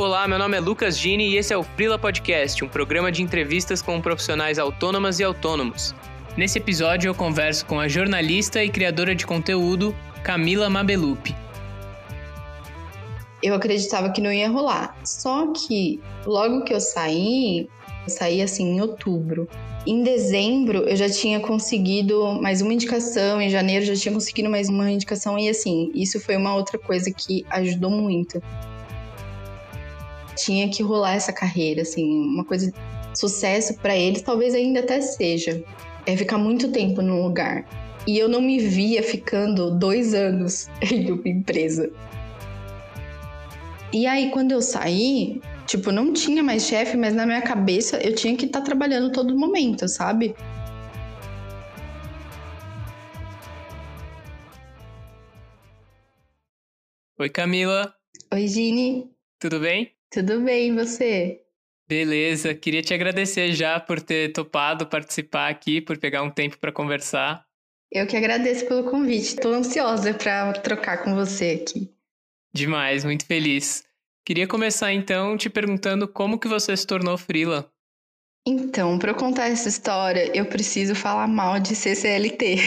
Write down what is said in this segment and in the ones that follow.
Olá, meu nome é Lucas Gini e esse é o Freela Podcast, um programa de entrevistas com profissionais autônomas e autônomos. Nesse episódio eu converso com a jornalista e criadora de conteúdo, Camila Mabelupi. Eu acreditava que não ia rolar, só que logo que eu saí assim em outubro. Em dezembro eu já tinha conseguido mais uma indicação, em janeiro já tinha conseguido mais uma indicação e assim, isso foi uma outra coisa que ajudou muito. Tinha que rolar essa carreira, assim, uma coisa de sucesso para eles, talvez ainda até seja. É ficar muito tempo num lugar. E eu não me via ficando 2 anos em uma empresa. E aí, quando eu saí, não tinha mais chefe, mas na minha cabeça eu tinha que estar trabalhando todo momento, sabe? Oi, Camila. Oi, Gini. Tudo bem? Tudo bem, e você? Beleza, queria te agradecer já por ter topado participar aqui, por pegar um tempo para conversar. Eu que agradeço pelo convite, estou ansiosa para trocar com você aqui. Demais, muito feliz. Queria começar então te perguntando como que você se tornou freela. Então, para eu contar essa história, eu preciso falar mal de CCLT.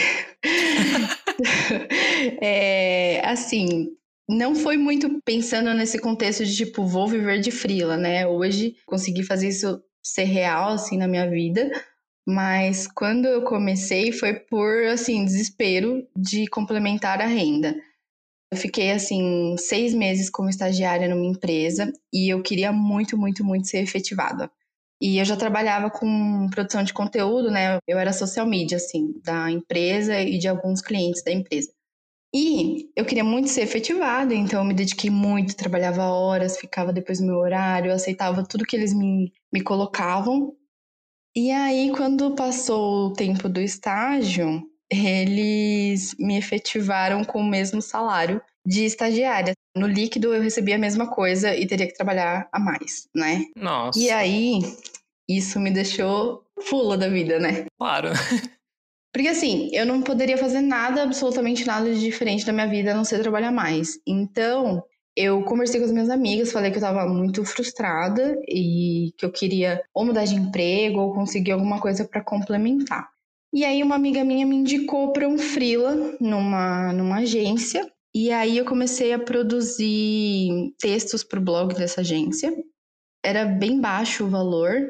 Assim, não foi muito pensando nesse contexto de vou viver de freela, né? Hoje consegui fazer isso ser real, assim, na minha vida. Mas quando eu comecei foi por, assim, desespero de complementar a renda. Eu fiquei, 6 meses como estagiária numa empresa e eu queria muito, muito, muito ser efetivada. E eu já trabalhava com produção de conteúdo, né? Eu era social media, da empresa e de alguns clientes da empresa. E eu queria muito ser efetivada, então eu me dediquei muito, trabalhava horas, ficava depois do meu horário, aceitava tudo que eles me colocavam. E aí, quando passou o tempo do estágio, eles me efetivaram com o mesmo salário de estagiária. No líquido, eu recebia a mesma coisa e teria que trabalhar a mais, né? Nossa. E aí, isso me deixou fula da vida, né? Claro. Porque assim, eu não poderia fazer nada, absolutamente nada de diferente da minha vida, a não ser trabalhar mais. Então, eu conversei com as minhas amigas, falei que eu tava muito frustrada e que eu queria ou mudar de emprego ou conseguir alguma coisa pra complementar. E aí uma amiga minha me indicou para um freela numa agência. E aí eu comecei a produzir textos pro blog dessa agência. Era bem baixo o valor,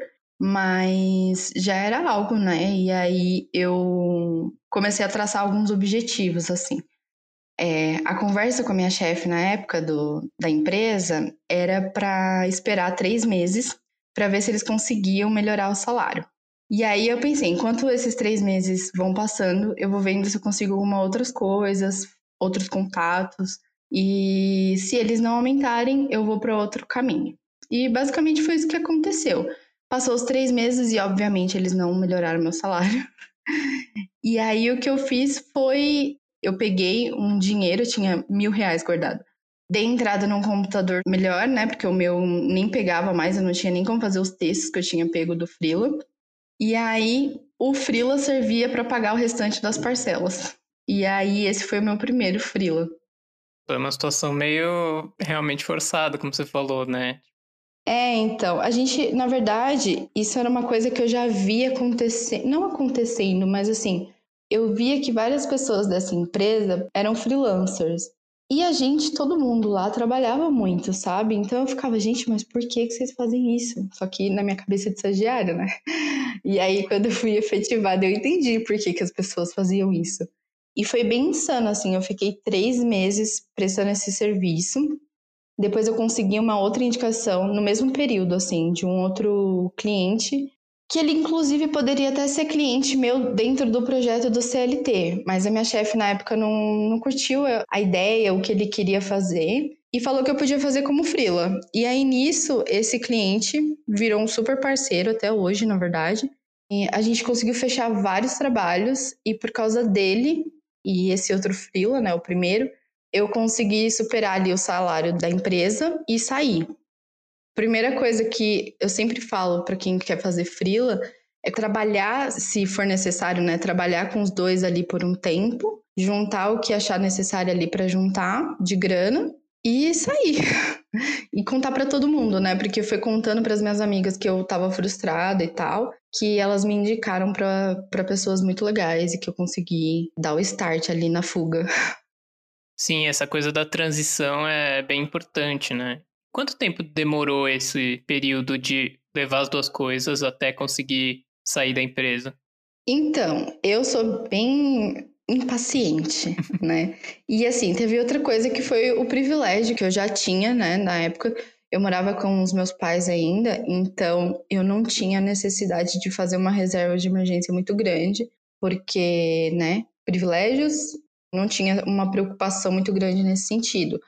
mas já era algo, né? E aí eu comecei a traçar alguns objetivos, assim. A conversa com a minha chefe na época da empresa era para esperar 3 meses para ver se eles conseguiam melhorar o salário. E aí eu pensei, enquanto esses 3 meses vão passando, eu vou vendo se eu consigo algumas outras coisas, outros contatos, e se eles não aumentarem, eu vou para outro caminho. E basicamente foi isso que aconteceu. Passou os 3 meses e, obviamente, eles não melhoraram meu salário. E aí o que eu fiz foi, eu peguei um dinheiro, eu tinha R$1.000 guardado. Dei entrada num computador melhor, né? Porque o meu nem pegava mais, eu não tinha nem como fazer os textos que eu tinha pego do freela. E aí o freela servia para pagar o restante das parcelas. E aí esse foi o meu primeiro freela. Foi uma situação meio realmente forçada, como você falou, né? Então, a gente, na verdade, isso era uma coisa que eu já via acontecer, não acontecendo, mas assim, eu via que várias pessoas dessa empresa eram freelancers. E a gente, todo mundo lá trabalhava muito, sabe? Então eu ficava, gente, mas por que vocês fazem isso? Só que na minha cabeça de estagiária, né? E aí, quando eu fui efetivada, eu entendi por que as pessoas faziam isso. E foi bem insano, assim, eu fiquei 3 meses prestando esse serviço. Depois eu consegui uma outra indicação no mesmo período, assim, de um outro cliente, que ele inclusive poderia até ser cliente meu dentro do projeto do CLT, mas a minha chefe na época não curtiu a ideia, o que ele queria fazer, e falou que eu podia fazer como freela. E aí nisso, esse cliente virou um super parceiro até hoje, na verdade. E a gente conseguiu fechar vários trabalhos, e por causa dele e esse outro freela, né, o primeiro, eu consegui superar ali o salário da empresa e sair. Primeira coisa que eu sempre falo para quem quer fazer freela é trabalhar, se for necessário, né? Trabalhar com os dois ali por um tempo, juntar o que achar necessário ali para juntar de grana e sair. E contar pra todo mundo, né? Porque foi contando pras minhas amigas que eu tava frustrada e tal, que elas me indicaram pra pessoas muito legais e que eu consegui dar o start ali na fuga. Sim, essa coisa da transição é bem importante, né? Quanto tempo demorou esse período de levar as duas coisas até conseguir sair da empresa? Então, eu sou bem impaciente, né? E assim, teve outra coisa que foi o privilégio que eu já tinha, né? Na época, eu morava com os meus pais ainda, então eu não tinha necessidade de fazer uma reserva de emergência muito grande, porque, né, privilégios, não tinha uma preocupação muito grande nesse sentido.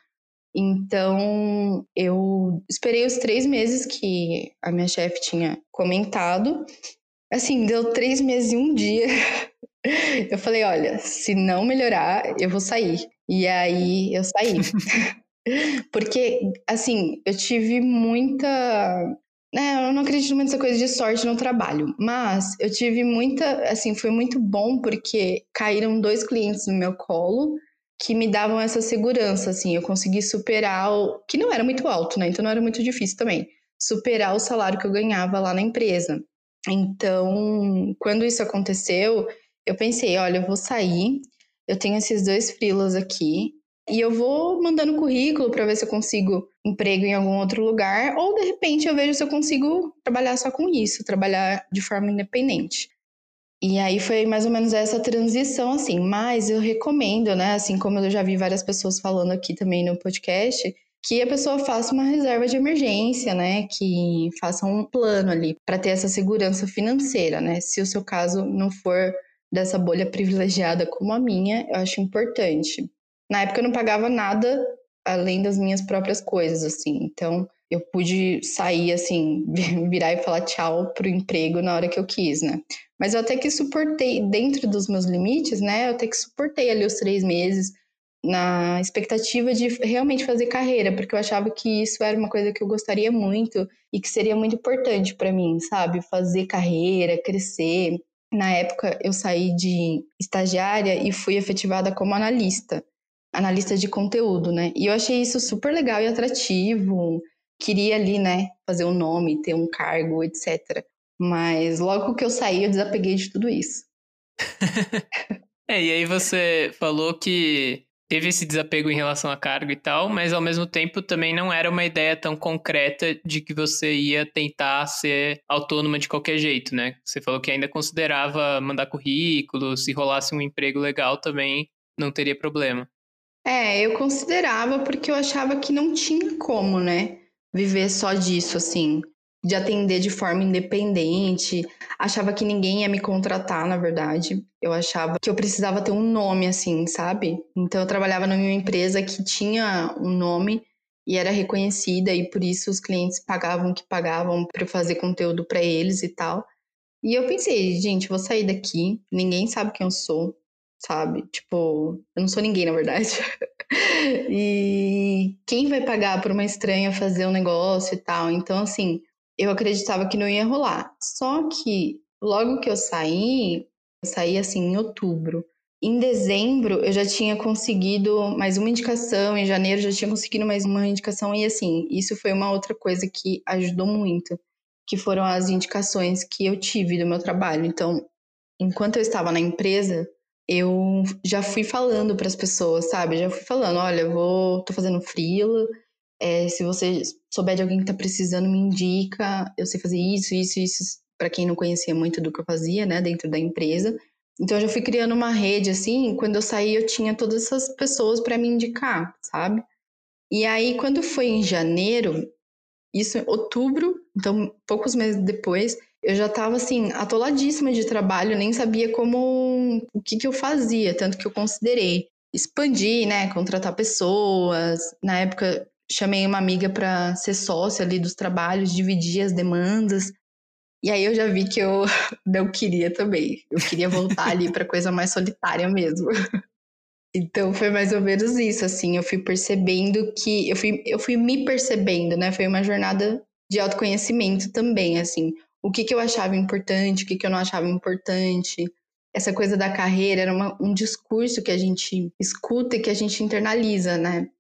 Então, eu esperei os 3 meses que a minha chefe tinha comentado. Assim, deu 3 meses e um dia. Eu falei, olha, se não melhorar, eu vou sair. E aí eu saí. Porque, assim, eu tive muita. Né, eu não acredito muito nessa coisa de sorte no trabalho, mas eu tive muita. Assim, foi muito bom porque caíram 2 clientes no meu colo que me davam essa segurança, assim, eu consegui superar o. Que não era muito alto, né? Então não era muito difícil também. Superar o salário que eu ganhava lá na empresa. Então, quando isso aconteceu, eu pensei, olha, eu vou sair, eu tenho esses 2 freelas aqui, e eu vou mandando currículo para ver se eu consigo emprego em algum outro lugar, ou de repente eu vejo se eu consigo trabalhar só com isso, trabalhar de forma independente. E aí foi mais ou menos essa transição, assim. Mas eu recomendo, né? Assim como eu já vi várias pessoas falando aqui também no podcast, que a pessoa faça uma reserva de emergência, né? Que faça um plano ali para ter essa segurança financeira, né? Se o seu caso não for dessa bolha privilegiada como a minha, eu acho importante. Na época eu não pagava nada além das minhas próprias coisas, assim. Então eu pude sair, assim, virar e falar tchau pro emprego na hora que eu quis, né? Mas eu até que suportei, dentro dos meus limites, né? Eu até que suportei ali os 3 meses na expectativa de realmente fazer carreira, porque eu achava que isso era uma coisa que eu gostaria muito e que seria muito importante para mim, sabe? Fazer carreira, crescer. Na época, eu saí de estagiária e fui efetivada como analista de conteúdo, né? E eu achei isso super legal e atrativo. Queria ali, né, fazer um nome, ter um cargo, etc. Mas logo que eu saí, eu desapeguei de tudo isso. E aí você falou que teve esse desapego em relação a cargo e tal, mas ao mesmo tempo também não era uma ideia tão concreta de que você ia tentar ser autônoma de qualquer jeito, né? Você falou que ainda considerava mandar currículo, se rolasse um emprego legal também não teria problema. Eu considerava porque eu achava que não tinha como, né, viver só disso, assim, de atender de forma independente. Achava que ninguém ia me contratar, na verdade. Eu achava que eu precisava ter um nome, assim, sabe? Então eu trabalhava numa empresa que tinha um nome e era reconhecida e por isso os clientes pagavam o que pagavam para eu fazer conteúdo para eles e tal. E eu pensei, gente, vou sair daqui, ninguém sabe quem eu sou, sabe? Tipo, eu não sou ninguém, na verdade. E quem vai pagar por uma estranha fazer um negócio e tal? Então, assim, eu acreditava que não ia rolar. Só que logo que eu saí assim em outubro. Em dezembro, eu já tinha conseguido mais uma indicação, em janeiro já tinha conseguido mais uma indicação, e assim, isso foi uma outra coisa que ajudou muito, que foram as indicações que eu tive do meu trabalho. Então, enquanto eu estava na empresa, eu já fui falando para as pessoas, sabe? Já fui falando, olha, tô fazendo freela, se você souber de alguém que está precisando, me indica. Eu sei fazer isso, isso, isso, para quem não conhecia muito do que eu fazia, né, dentro da empresa. Então, eu já fui criando uma rede, assim, quando eu saí, eu tinha todas essas pessoas para me indicar, sabe? E aí, quando foi em janeiro, isso em outubro, então poucos meses depois, eu já estava assim, atoladíssima de trabalho, nem sabia o que eu fazia, tanto que eu considerei expandir, né, contratar pessoas. Na época, chamei uma amiga para ser sócia ali dos trabalhos, dividir as demandas. E aí eu já vi que eu não queria também. Eu queria voltar ali para coisa mais solitária mesmo. Então foi mais ou menos isso, assim, eu fui percebendo que eu fui me percebendo, né? Foi uma jornada de autoconhecimento também, assim, o que eu achava importante, o que eu não achava importante. Essa coisa da carreira era um discurso que a gente escuta e que a gente internaliza, né?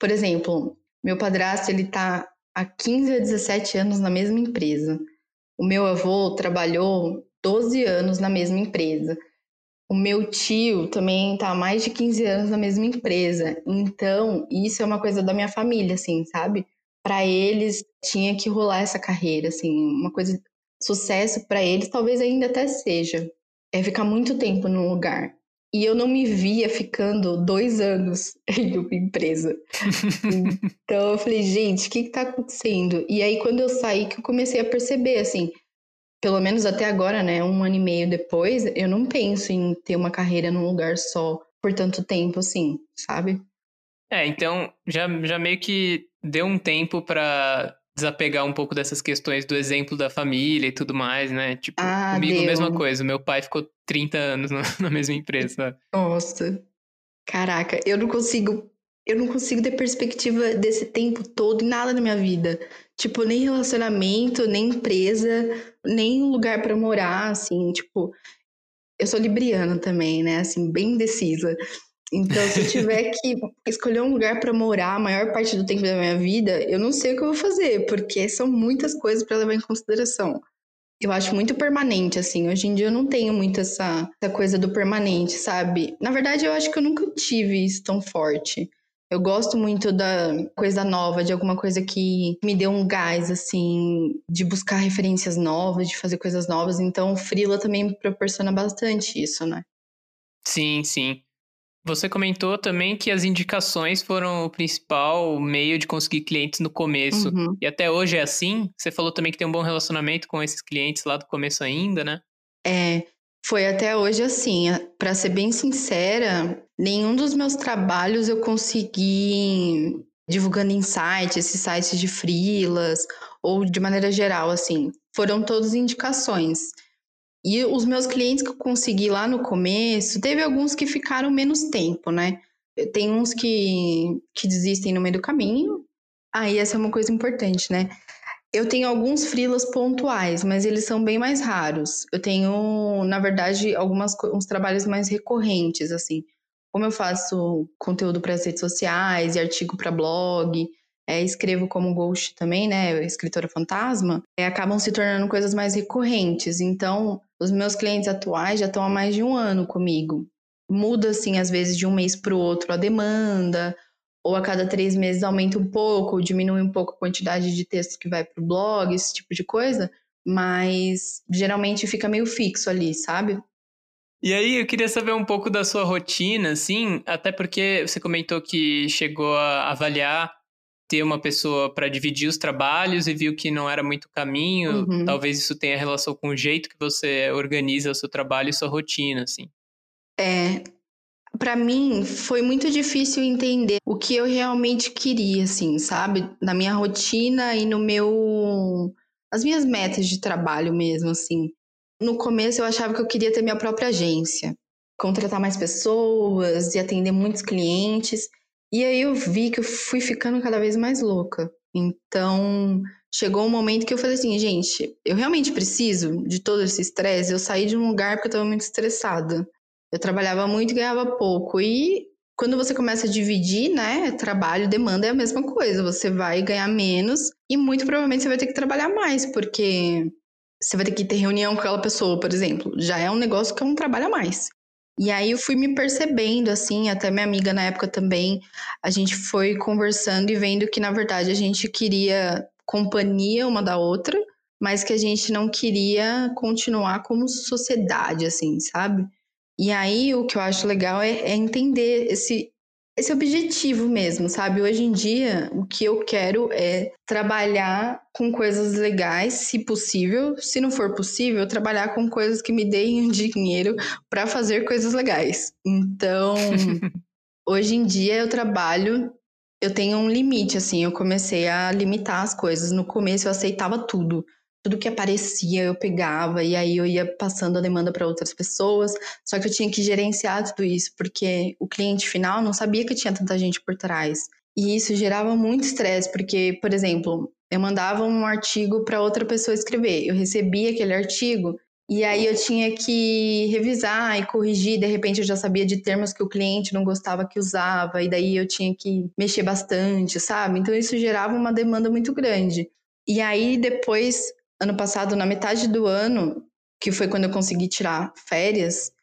Por exemplo, meu padrasto, ele tá há 15 a 17 anos na mesma empresa. O meu avô trabalhou 12 anos na mesma empresa. O meu tio também tá há mais de 15 anos na mesma empresa. Então, isso é uma coisa da minha família, assim, sabe? Para eles tinha que rolar essa carreira, assim, uma coisa sucesso para eles, talvez ainda até seja. É ficar muito tempo num lugar. E eu não me via ficando 2 anos em uma empresa. Então eu falei, gente, o que tá acontecendo? E aí quando eu saí que eu comecei a perceber, assim, pelo menos até agora, né, 1 ano e meio depois, eu não penso em ter uma carreira num lugar só por tanto tempo, assim, sabe? Então já meio que deu um tempo pra desapegar um pouco dessas questões do exemplo da família e tudo mais, né? Tipo, Ah, comigo a mesma deu. coisa. Meu pai ficou 30 anos na mesma empresa, sabe? Nossa, caraca, eu não consigo ter perspectiva desse tempo todo em nada na minha vida. Tipo, nem relacionamento, nem empresa, nem lugar pra morar, assim, tipo, eu sou libriana também, né, assim, bem indecisa. Então, se eu tiver que escolher um lugar pra morar a maior parte do tempo da minha vida, eu não sei o que eu vou fazer, porque são muitas coisas pra levar em consideração. Eu acho muito permanente, assim. Hoje em dia eu não tenho muito essa coisa do permanente, sabe? Na verdade, eu acho que eu nunca tive isso tão forte. Eu gosto muito da coisa nova, de alguma coisa que me dê um gás, assim, de buscar referências novas, de fazer coisas novas. Então, o freela também me proporciona bastante isso, né? Sim, sim. Você comentou também que as indicações foram o principal meio de conseguir clientes no começo. Uhum. E até hoje é assim? Você falou também que tem um bom relacionamento com esses clientes lá do começo ainda, né? É, foi até hoje assim. Pra ser bem sincera, nenhum dos meus trabalhos eu consegui divulgando em sites, esses sites de freelas, ou de maneira geral, assim. Foram todas indicações. E os meus clientes que eu consegui lá no começo, teve alguns que ficaram menos tempo, né? Tem uns que desistem no meio do caminho. Aí essa é uma coisa importante, né? Eu tenho alguns freelas pontuais, mas eles são bem mais raros. Eu tenho, na verdade, uns trabalhos mais recorrentes, assim. Como eu faço conteúdo para as redes sociais e artigo para blog, escrevo como ghost também, né, escritora fantasma, acabam se tornando coisas mais recorrentes. Então, os meus clientes atuais já estão há mais de 1 ano comigo. Muda, assim, às vezes de um mês para o outro a demanda, ou a cada 3 meses aumenta um pouco, ou diminui um pouco a quantidade de texto que vai pro blog, esse tipo de coisa, mas geralmente fica meio fixo ali, sabe? E aí, eu queria saber um pouco da sua rotina, assim, até porque você comentou que chegou a avaliar ter uma pessoa para dividir os trabalhos e viu que não era muito caminho. Uhum. Talvez isso tenha relação com o jeito que você organiza o seu trabalho e sua rotina, assim. É, para mim foi muito difícil entender o que eu realmente queria, assim, sabe? Na minha rotina e no meu as minhas metas de trabalho mesmo, assim. No começo eu achava que eu queria ter minha própria agência, contratar mais pessoas e atender muitos clientes. E aí eu vi que eu fui ficando cada vez mais louca. Então, chegou um momento que eu falei assim, gente, eu realmente preciso de todo esse estresse. Eu saí de um lugar porque eu estava muito estressada. Eu trabalhava muito e ganhava pouco. E quando você começa a dividir, né, trabalho, demanda é a mesma coisa. Você vai ganhar menos e muito provavelmente você vai ter que trabalhar mais, porque você vai ter que ter reunião com aquela pessoa, por exemplo. Já é um negócio que é um trabalho a mais. E aí eu fui me percebendo, assim, até minha amiga na época também, a gente foi conversando e vendo que, na verdade, a gente queria companhia uma da outra, mas que a gente não queria continuar como sociedade, assim, sabe? E aí o que eu acho legal é entender esse objetivo mesmo, sabe? Hoje em dia, o que eu quero é trabalhar com coisas legais, se possível. Se não for possível, trabalhar com coisas que me deem dinheiro para fazer coisas legais. Então, hoje em dia eu tenho um limite, assim, eu comecei a limitar as coisas. No começo eu aceitava tudo. Tudo que aparecia eu pegava, e aí eu ia passando a demanda para outras pessoas. Só que eu tinha que gerenciar tudo isso, porque o cliente final não sabia que tinha tanta gente por trás. E isso gerava muito estresse, porque, por exemplo, eu mandava um artigo para outra pessoa escrever. Eu recebia aquele artigo E aí eu tinha que revisar e corrigir, de repente eu já sabia de termos que o cliente não gostava que usava, e daí eu tinha que mexer bastante, sabe? Então isso gerava uma demanda muito grande. E aí depois, ano passado, na metade do ano, que foi quando eu consegui tirar férias,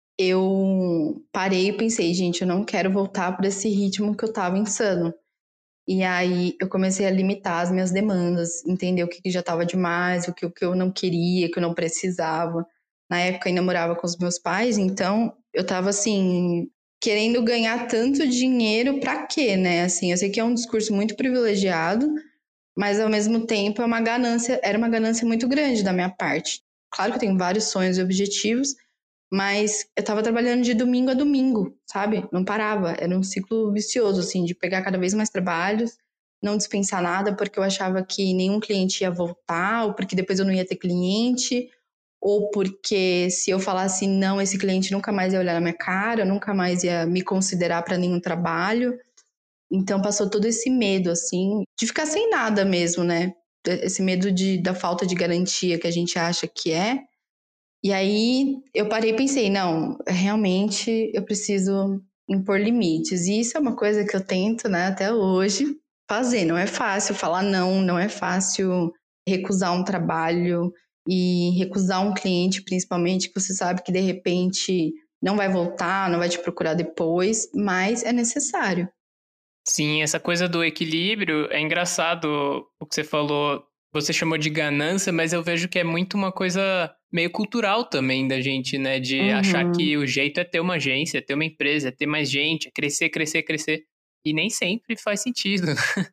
eu parei e pensei, gente, eu não quero voltar para esse ritmo que eu tava insano. E aí eu comecei a limitar as minhas demandas, entender o que já estava demais, o que eu não queria, o que eu não precisava. Na época ainda morava com os meus pais, então eu tava assim, querendo ganhar tanto dinheiro pra quê, né? Assim, eu sei que é um discurso muito privilegiado, mas ao mesmo tempo era uma ganância muito grande da minha parte. Claro que eu tenho vários sonhos e objetivos, mas eu tava trabalhando de domingo a domingo, sabe? Não parava. Era um ciclo vicioso, assim, de pegar cada vez mais trabalhos, não dispensar nada, porque eu achava que nenhum cliente ia voltar, ou porque depois eu não ia ter cliente, ou porque se eu falasse não, esse cliente nunca mais ia olhar na minha cara, nunca mais ia me considerar para nenhum trabalho. Então passou todo esse medo, assim, de ficar sem nada mesmo, né? Esse medo da falta de garantia que a gente acha que é. E aí eu parei e pensei, não, realmente eu preciso impor limites. E isso é uma coisa que eu tento, né, até hoje fazer. Não é fácil falar não, não é fácil recusar um trabalho e recusar um cliente, principalmente, que você sabe que de repente não vai voltar, não vai te procurar depois, mas é necessário. Sim, essa coisa do equilíbrio é engraçado o que você falou. Você chamou de ganância, mas eu vejo que é muito uma coisa meio cultural também da gente, né? De achar Uhum. que o jeito é ter uma agência, é ter uma empresa, é ter mais gente, é crescer, crescer, crescer. E nem sempre faz sentido.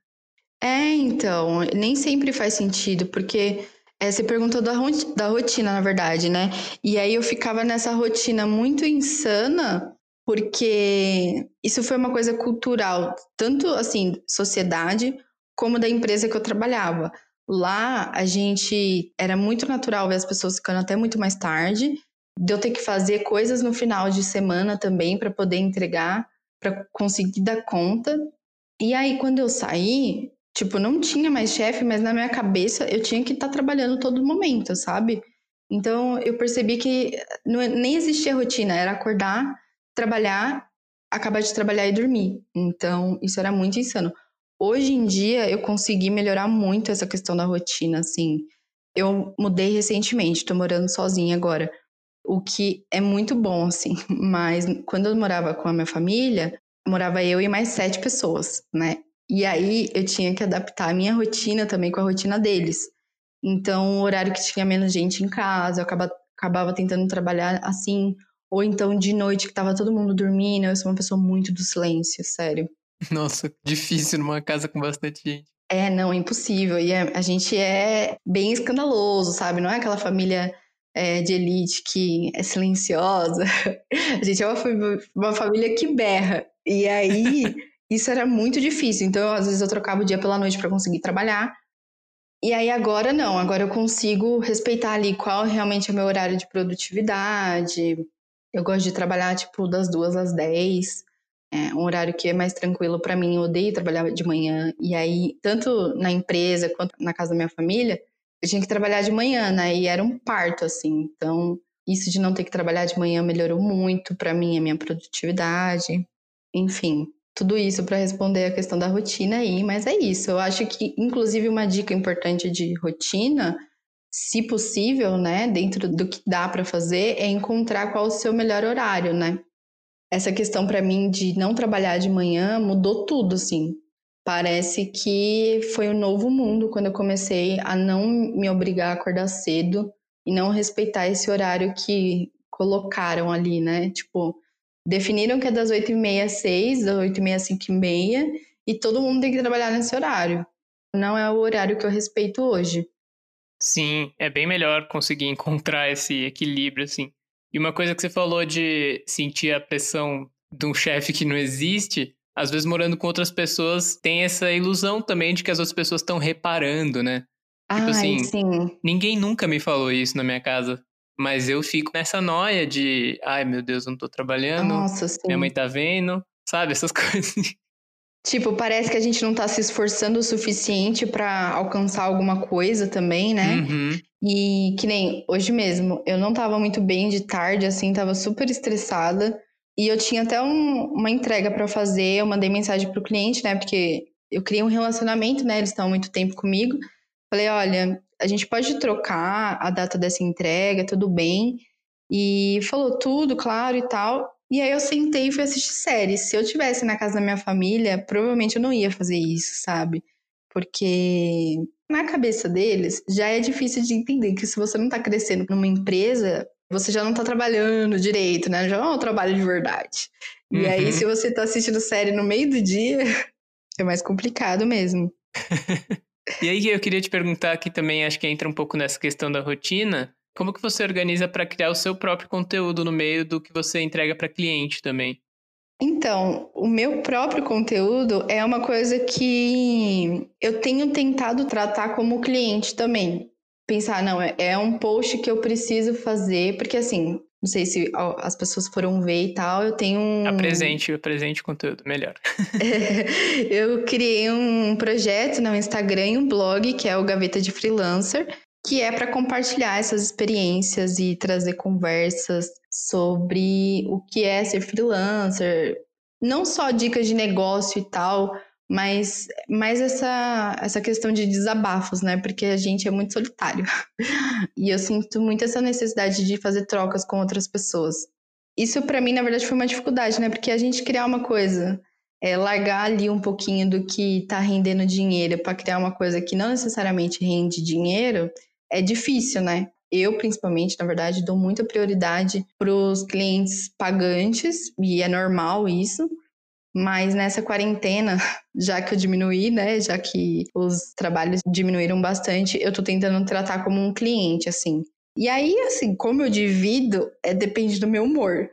Então, nem sempre faz sentido, porque você perguntou da rotina, na verdade, né? E aí eu ficava nessa rotina muito insana, porque isso foi uma coisa cultural, tanto assim, sociedade, como da empresa que eu trabalhava. Lá, a gente era muito natural ver as pessoas ficando até muito mais tarde, de eu ter que fazer coisas no final de semana também para poder entregar, para conseguir dar conta. E aí, quando eu saí, tipo, não tinha mais chefe, mas na minha cabeça eu tinha que estar trabalhando todo momento, sabe? Então eu percebi que nem existia rotina, era acordar, trabalhar, acabar de trabalhar e dormir. Então isso era muito insano. Hoje em dia eu consegui melhorar muito essa questão da rotina, assim. Eu mudei recentemente, tô morando sozinha agora, o que é muito bom, assim. Mas quando eu morava com a minha família, morava eu e mais 7 pessoas, né? E aí eu tinha que adaptar a minha rotina também com a rotina deles. Então, o horário que tinha menos gente em casa, eu acabava tentando trabalhar assim. Ou então de noite que tava todo mundo dormindo. Eu sou uma pessoa muito do silêncio, sério. Nossa, difícil numa casa com bastante gente. Não, é impossível. E a gente é bem escandaloso, sabe? Não é aquela família de elite que é silenciosa. A gente é uma família que berra. E aí, isso era muito difícil. Então, às vezes, eu trocava o dia pela noite para conseguir trabalhar. E aí, agora não. Agora eu consigo respeitar ali qual realmente é o meu horário de produtividade. Eu gosto de trabalhar, tipo, das 2 às 10. É um horário que é mais tranquilo para mim. Eu odeio trabalhar de manhã. E aí, tanto na empresa quanto na casa da minha família, eu tinha que trabalhar de manhã, né? E era um parto, assim. Então, isso de não ter que trabalhar de manhã melhorou muito para mim, a minha produtividade. Enfim, tudo isso para responder a questão da rotina aí, mas é isso. Eu acho que, inclusive, uma dica importante de rotina, se possível, né, dentro do que dá para fazer, é encontrar qual o seu melhor horário, né? Essa questão para mim de não trabalhar de manhã mudou tudo, assim. Parece que foi um novo mundo quando eu comecei a não me obrigar a acordar cedo e não respeitar esse horário que colocaram ali, né? Tipo, definiram que é das 8h30 às 6, das 8h30 às 5h30, e todo mundo tem que trabalhar nesse horário. Não é o horário que eu respeito hoje. Sim, é bem melhor conseguir encontrar esse equilíbrio, assim. E uma coisa que você falou de sentir a pressão de um chefe que não existe, às vezes morando com outras pessoas tem essa ilusão também de que as outras pessoas estão reparando, né? Tipo Ai, assim, sim. ninguém nunca me falou isso na minha casa, mas eu fico nessa noia de, ai meu Deus, eu não tô trabalhando, Nossa, minha mãe sim. tá vendo, sabe? Essas coisas. Tipo, parece que a gente não tá se esforçando o suficiente pra alcançar alguma coisa também, né? Uhum. E que nem hoje mesmo, eu não tava muito bem de tarde, assim, tava super estressada. E eu tinha até uma entrega pra fazer, eu mandei mensagem pro cliente, né? Porque eu criei um relacionamento, né? Eles estão há muito tempo comigo. Falei, olha, a gente pode trocar a data dessa entrega, tudo bem. E falou tudo, claro e tal. E aí eu sentei e fui assistir série. Se eu tivesse na casa da minha família, provavelmente eu não ia fazer isso, sabe? Porque na cabeça deles já é difícil de entender que se você não tá crescendo numa empresa, você já não tá trabalhando direito, né? Já não é um trabalho de verdade. E aí, se Uhum. você tá assistindo série no meio do dia, é mais complicado mesmo. E aí eu queria te perguntar aqui também, acho que entra um pouco nessa questão da rotina, como que você organiza para criar o seu próprio conteúdo no meio do que você entrega para cliente também? Então, o meu próprio conteúdo é uma coisa que eu tenho tentado tratar como cliente também. Pensar, não, é um post que eu preciso fazer, porque assim, não sei se as pessoas foram ver e tal, eu tenho Apresente o conteúdo, melhor. eu criei um projeto no Instagram e um blog, que é o Gaveta de Freelancer, que é para compartilhar essas experiências e trazer conversas sobre o que é ser freelancer. Não só dicas de negócio e tal, mas mais essa questão de desabafos, né? Porque a gente é muito solitário. E eu sinto muito essa necessidade de fazer trocas com outras pessoas. Isso para mim, na verdade, foi uma dificuldade, né? Porque a gente criar uma coisa, largar ali um pouquinho do que tá rendendo dinheiro para criar uma coisa que não necessariamente rende dinheiro, é difícil, né? Eu, principalmente, na verdade, dou muita prioridade para os clientes pagantes, e é normal isso. Mas nessa quarentena, já que eu diminuí, né? Já que os trabalhos diminuíram bastante, eu tô tentando tratar como um cliente, assim. E aí, assim, como eu divido, depende do meu humor.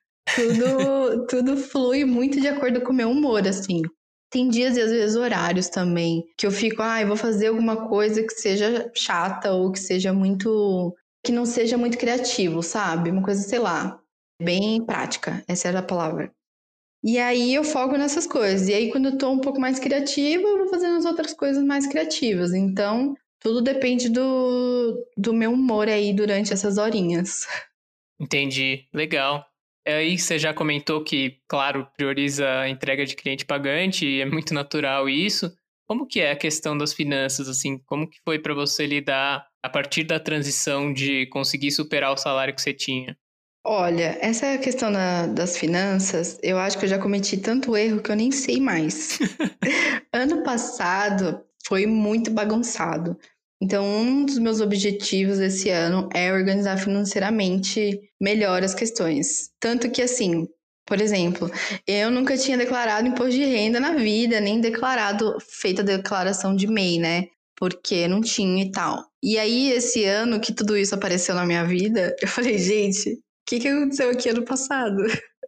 Tudo flui muito de acordo com o meu humor, assim. Tem dias e às vezes horários também, que eu fico, eu vou fazer alguma coisa que seja chata ou que seja muito. Que não seja muito criativo, sabe? Uma coisa, sei lá, bem prática, essa era a palavra. E aí eu foco nessas coisas. E aí, quando eu tô um pouco mais criativa, eu vou fazendo as outras coisas mais criativas. Então, tudo depende do meu humor aí durante essas horinhas. Entendi, legal. Aí você já comentou que, claro, prioriza a entrega de cliente pagante, e é muito natural isso. Como que é a questão das finanças, assim? Como que foi para você lidar a partir da transição de conseguir superar o salário que você tinha? Olha, essa questão das finanças, eu acho que eu já cometi tanto erro que eu nem sei mais. Ano passado foi muito bagunçado. Então, um dos meus objetivos esse ano é organizar financeiramente melhor as questões. Tanto que, assim, por exemplo, eu nunca tinha declarado imposto de renda na vida, nem feito a declaração de MEI, né? Porque não tinha e tal. E aí, esse ano que tudo isso apareceu na minha vida, eu falei, gente, o que aconteceu aqui ano passado?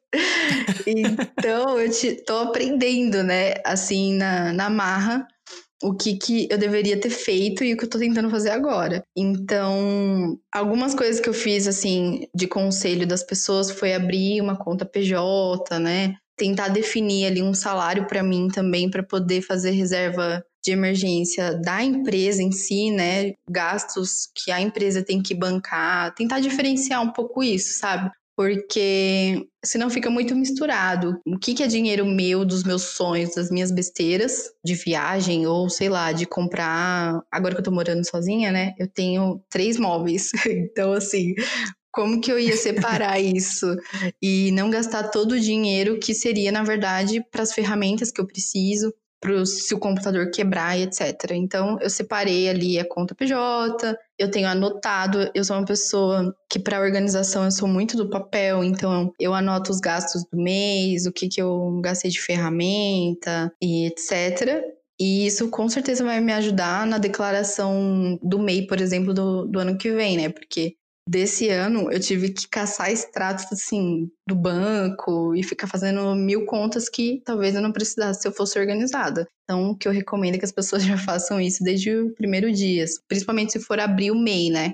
Então, tô aprendendo, né, assim, na marra, o que eu deveria ter feito e o que eu tô tentando fazer agora. Então, algumas coisas que eu fiz, assim, de conselho das pessoas foi abrir uma conta PJ, né, tentar definir ali um salário para mim também, para poder fazer reserva de emergência da empresa em si, né, gastos que a empresa tem que bancar, tentar diferenciar um pouco isso, sabe? Porque senão fica muito misturado. O que é dinheiro meu, dos meus sonhos, das minhas besteiras de viagem ou, sei lá, de comprar. Agora que eu tô morando sozinha, né? Eu tenho 3 móveis. Então, assim, como que eu ia separar isso e não gastar todo o dinheiro que seria, na verdade, para as ferramentas que eu preciso, se o computador quebrar e etc. Então, eu separei ali a conta PJ, eu tenho anotado, eu sou uma pessoa que para organização eu sou muito do papel, então eu anoto os gastos do mês, o que eu gastei de ferramenta e etc. E isso com certeza vai me ajudar na declaração do MEI, por exemplo, do ano que vem, né? Porque desse ano eu tive que caçar extratos assim do banco e ficar fazendo 1000 contas que talvez eu não precisasse se eu fosse organizada. Então, o que eu recomendo é que as pessoas já façam isso desde o primeiro dia, principalmente se for abrir o MEI, né?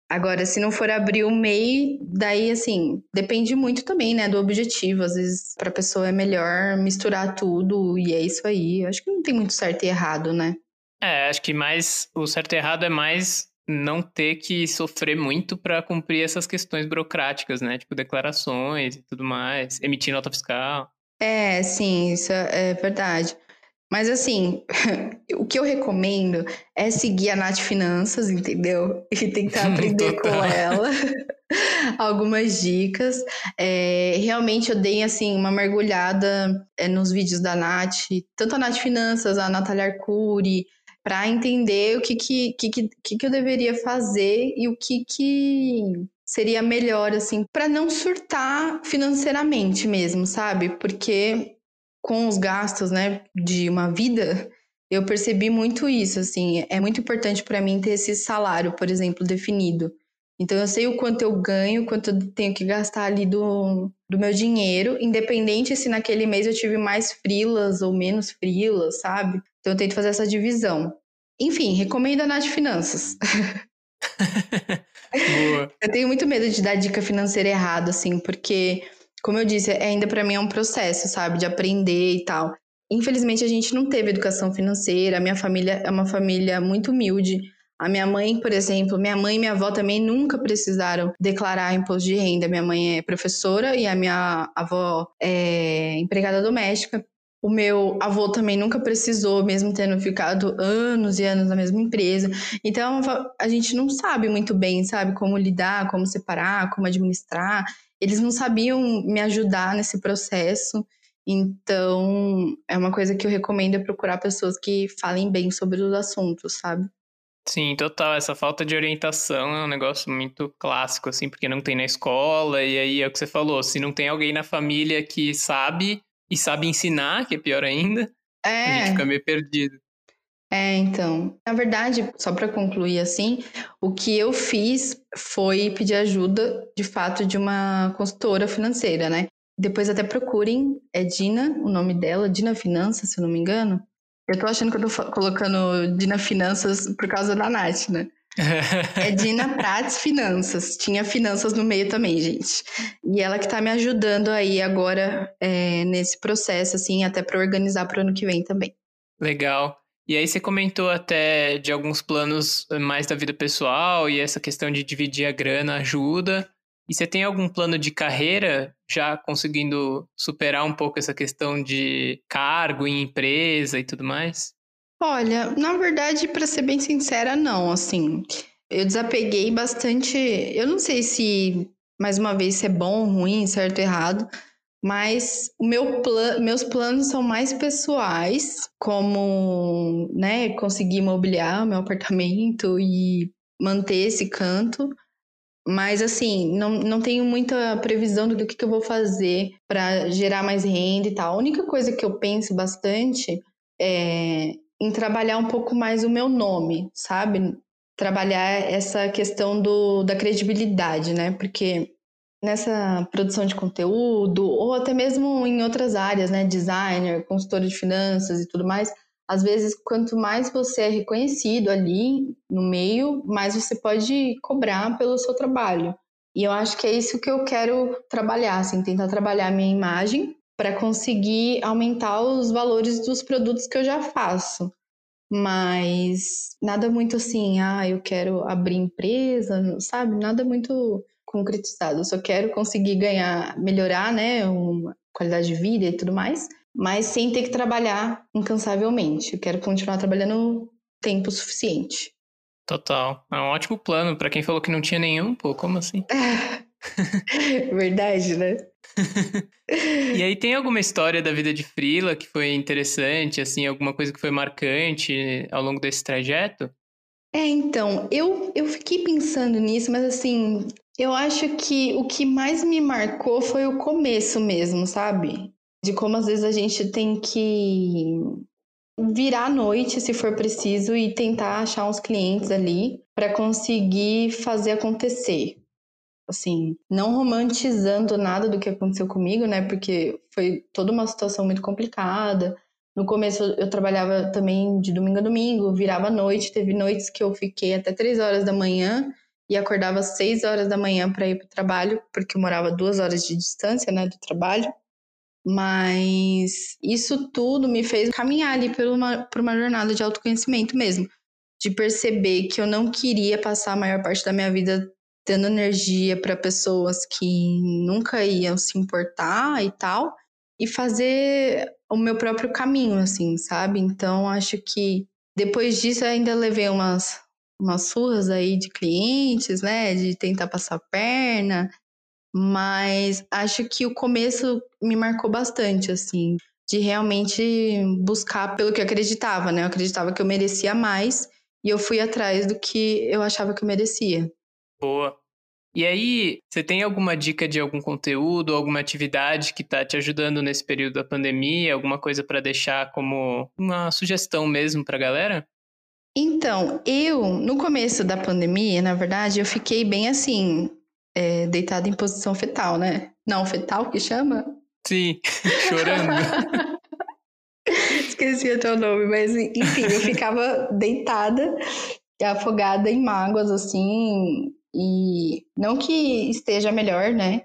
Agora, se não for abrir o MEI, daí, assim, depende muito também, né, do objetivo. Às vezes, pra pessoa é melhor misturar tudo e é isso aí. Eu acho que não tem muito certo e errado, né? Acho que mais o certo e errado é mais não ter que sofrer muito para cumprir essas questões burocráticas, né? Tipo declarações e tudo mais, emitir nota fiscal. É, sim, isso é verdade. Mas assim, o que eu recomendo é seguir a Nath Finanças, entendeu? E tentar aprender com Total. ela algumas dicas. Realmente eu dei assim uma mergulhada nos vídeos da Nath, tanto a Nath Finanças, a Natália Arcuri, para entender o que eu deveria fazer e o que seria melhor, assim, para não surtar financeiramente mesmo, sabe? Porque com os gastos, né, de uma vida, eu percebi muito isso, assim, é muito importante para mim ter esse salário, por exemplo, definido. Então eu sei o quanto eu ganho, quanto eu tenho que gastar ali do meu dinheiro, independente se naquele mês eu tive mais freelas ou menos freelas, sabe? Então eu tento fazer essa divisão. Enfim, recomendo a Nath Finanças. Boa. Eu tenho muito medo de dar dica financeira errada, assim, porque, como eu disse, ainda para mim é um processo, sabe, de aprender e tal. Infelizmente, a gente não teve educação financeira, a minha família é uma família muito humilde. A minha mãe, por exemplo, minha mãe e minha avó também nunca precisaram declarar imposto de renda. Minha mãe é professora e a minha avó é empregada doméstica. O meu avô também nunca precisou, mesmo tendo ficado anos e anos na mesma empresa. Então, a gente não sabe muito bem, sabe, como lidar, como separar, como administrar. Eles não sabiam me ajudar nesse processo. Então, é uma coisa que eu recomendo é procurar pessoas que falem bem sobre os assuntos, sabe? Sim, total. Essa falta de orientação é um negócio muito clássico, assim, porque não tem na escola, e aí é o que você falou, se não tem alguém na família que sabe e sabe ensinar, que é pior ainda, a gente fica É, meio perdido. então. Na verdade, só para concluir assim, o que eu fiz foi pedir ajuda, de fato, de uma consultora financeira, né? Depois até procurem, é Dina, o nome dela, Dina Finanças, se eu não me engano. Eu tô achando que eu tô colocando Dina Finanças por causa da Nath, né? É Dina Prats Finanças. Tinha finanças no meio também, gente. E ela que tá me ajudando aí agora nesse processo, assim, até para organizar pro ano que vem também. Legal. E aí você comentou até de alguns planos mais da vida pessoal e essa questão de dividir a grana ajuda. E você tem algum plano de carreira já conseguindo superar um pouco essa questão de cargo em empresa e tudo mais? Olha, na verdade, para ser bem sincera, não, assim. Eu desapeguei bastante. Eu não sei se, mais uma vez, se é bom ou ruim, certo ou errado, mas meus planos são mais pessoais, como, né, conseguir mobiliar meu apartamento e manter esse canto. Mas, assim, não tenho muita previsão do que eu vou fazer para gerar mais renda e tal. A única coisa que eu penso bastante é em trabalhar um pouco mais o meu nome, sabe? Trabalhar essa questão da credibilidade, né? Porque nessa produção de conteúdo, ou até mesmo em outras áreas, né? Designer, consultor de finanças e tudo mais, às vezes, quanto mais você é reconhecido ali no meio, mais você pode cobrar pelo seu trabalho. E eu acho que é isso que eu quero trabalhar, assim, tentar trabalhar a minha imagem para conseguir aumentar os valores dos produtos que eu já faço. Mas nada muito assim, eu quero abrir empresa, sabe? Nada muito concretizado. Eu só quero conseguir ganhar, melhorar, né, uma qualidade de vida e tudo mais, mas sem ter que trabalhar incansavelmente. Eu quero continuar trabalhando tempo suficiente. Total. É um ótimo plano. Pra quem falou que não tinha nenhum, pô, como assim? Verdade, né? E aí tem alguma história da vida de freela que foi interessante, assim, alguma coisa que foi marcante ao longo desse trajeto? Então, eu fiquei pensando nisso, mas assim, eu acho que o que mais me marcou foi o começo mesmo, sabe? De como às vezes a gente tem que virar à noite, se for preciso, e tentar achar uns clientes ali para conseguir fazer acontecer. Assim, não romantizando nada do que aconteceu comigo, né? Porque foi toda uma situação muito complicada. No começo eu trabalhava também de domingo a domingo, virava à noite, teve noites que eu fiquei até 3 horas da manhã e acordava às 6 horas da manhã para ir para o trabalho, porque eu morava 2 horas de distância, né, do trabalho. Mas isso tudo me fez caminhar ali por uma jornada de autoconhecimento mesmo. De perceber que eu não queria passar a maior parte da minha vida dando energia para pessoas que nunca iam se importar e tal. E fazer o meu próprio caminho, assim, sabe? Então, acho que depois disso eu ainda levei umas surras aí de clientes, né? De tentar passar a perna. Mas acho que o começo me marcou bastante, assim, de realmente buscar pelo que eu acreditava, né? Eu acreditava que eu merecia mais e eu fui atrás do que eu achava que eu merecia. Boa. E aí, você tem alguma dica de algum conteúdo, alguma atividade que tá te ajudando nesse período da pandemia? Alguma coisa para deixar como uma sugestão mesmo pra galera? Então, no começo da pandemia, na verdade, eu fiquei bem assim, deitada em posição fetal, né? Não, fetal que chama? Sim, chorando. Esqueci até o nome, mas enfim, eu ficava deitada, afogada em mágoas, assim, e não que esteja melhor, né?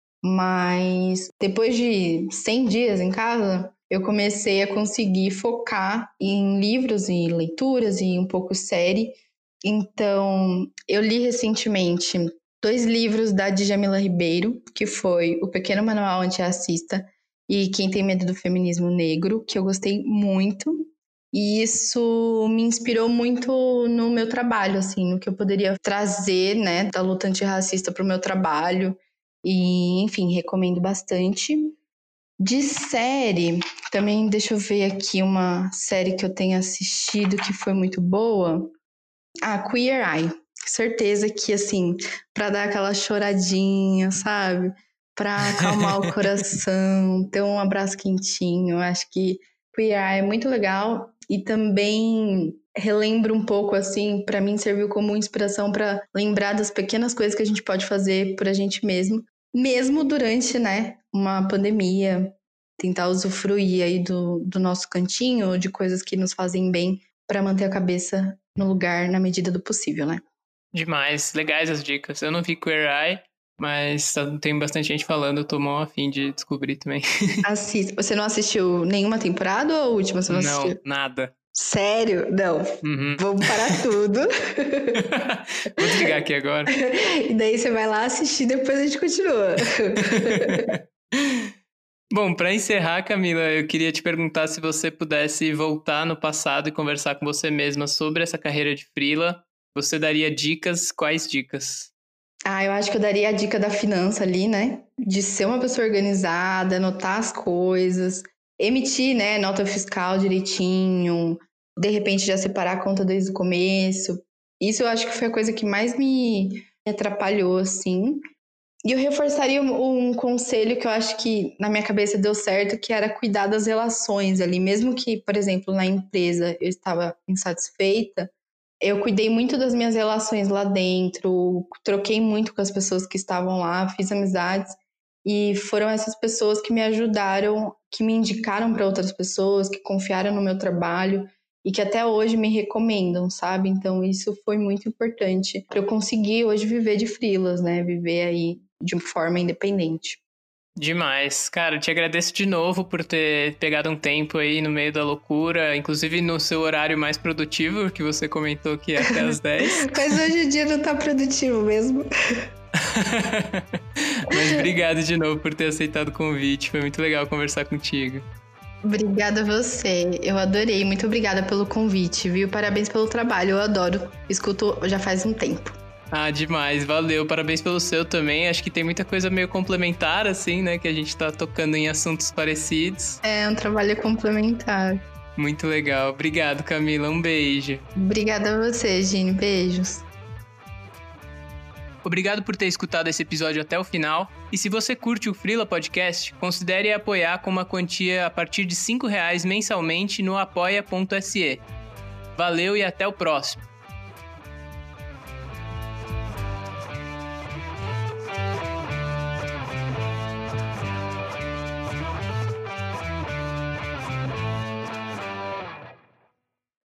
Mas depois de 100 dias em casa, eu comecei a conseguir focar em livros e leituras e um pouco série. Então, eu li recentemente 2 livros da Djamila Ribeiro, que foi O Pequeno Manual Antirracista e Quem Tem Medo do Feminismo Negro, que eu gostei muito. E isso me inspirou muito no meu trabalho, assim, no que eu poderia trazer, né, da luta antirracista para o meu trabalho. E, enfim, recomendo bastante. De série, também deixa eu ver aqui uma série que eu tenho assistido que foi muito boa. Queer Eye. Certeza que, assim, pra dar aquela choradinha, sabe? Pra acalmar o coração, ter um abraço quentinho. Acho que Queer Eye é muito legal e também relembro um pouco, assim, pra mim serviu como inspiração pra lembrar das pequenas coisas que a gente pode fazer por a gente mesmo durante, né, uma pandemia. Tentar usufruir aí do nosso cantinho, de coisas que nos fazem bem pra manter a cabeça no lugar na medida do possível, né? Demais, legais as dicas. Eu não vi Queer Eye, mas tem bastante gente falando, eu tô mó a fim de descobrir também. Assista. Você não assistiu nenhuma temporada ou a última você não assistiu? Não, nada. Sério? Não. Uhum. Vamos parar tudo. Vou desligar aqui agora. E daí você vai lá assistir, depois a gente continua. Bom, para encerrar, Camila, eu queria te perguntar se você pudesse voltar no passado e conversar com você mesma sobre essa carreira de freela, você daria dicas? Quais dicas? Eu acho que eu daria a dica da finança ali, né? De ser uma pessoa organizada, anotar as coisas, emitir, né, nota fiscal direitinho, de repente já separar a conta desde o começo. Isso eu acho que foi a coisa que mais me atrapalhou, assim. E eu reforçaria um conselho que eu acho que na minha cabeça deu certo, que era cuidar das relações ali. Mesmo que, por exemplo, na empresa eu estava insatisfeita, eu cuidei muito das minhas relações lá dentro, troquei muito com as pessoas que estavam lá, fiz amizades. E foram essas pessoas que me ajudaram, que me indicaram para outras pessoas, que confiaram no meu trabalho e que até hoje me recomendam, sabe? Então isso foi muito importante para eu conseguir hoje viver de freelas, né? Viver aí de forma independente. Demais. Cara, eu te agradeço de novo por ter pegado um tempo aí no meio da loucura, inclusive no seu horário mais produtivo, que você comentou que é até às 10. Mas hoje em dia não tá produtivo mesmo. Mas obrigado de novo por ter aceitado o convite, foi muito legal conversar contigo. Obrigada a você, eu adorei, muito obrigada pelo convite, viu? Parabéns pelo trabalho, eu adoro, escuto já faz um tempo. Demais, valeu, parabéns pelo seu também, acho que tem muita coisa meio complementar, assim, né, que a gente tá tocando em assuntos parecidos. É um trabalho complementar. Muito legal, obrigado, Camila, um beijo. Obrigada a você, Gini, beijos. Obrigado por ter escutado esse episódio até o final. E se você curte o Freela Podcast, considere apoiar com uma quantia a partir de R$ 5 mensalmente no apoia.se. Valeu e até o próximo!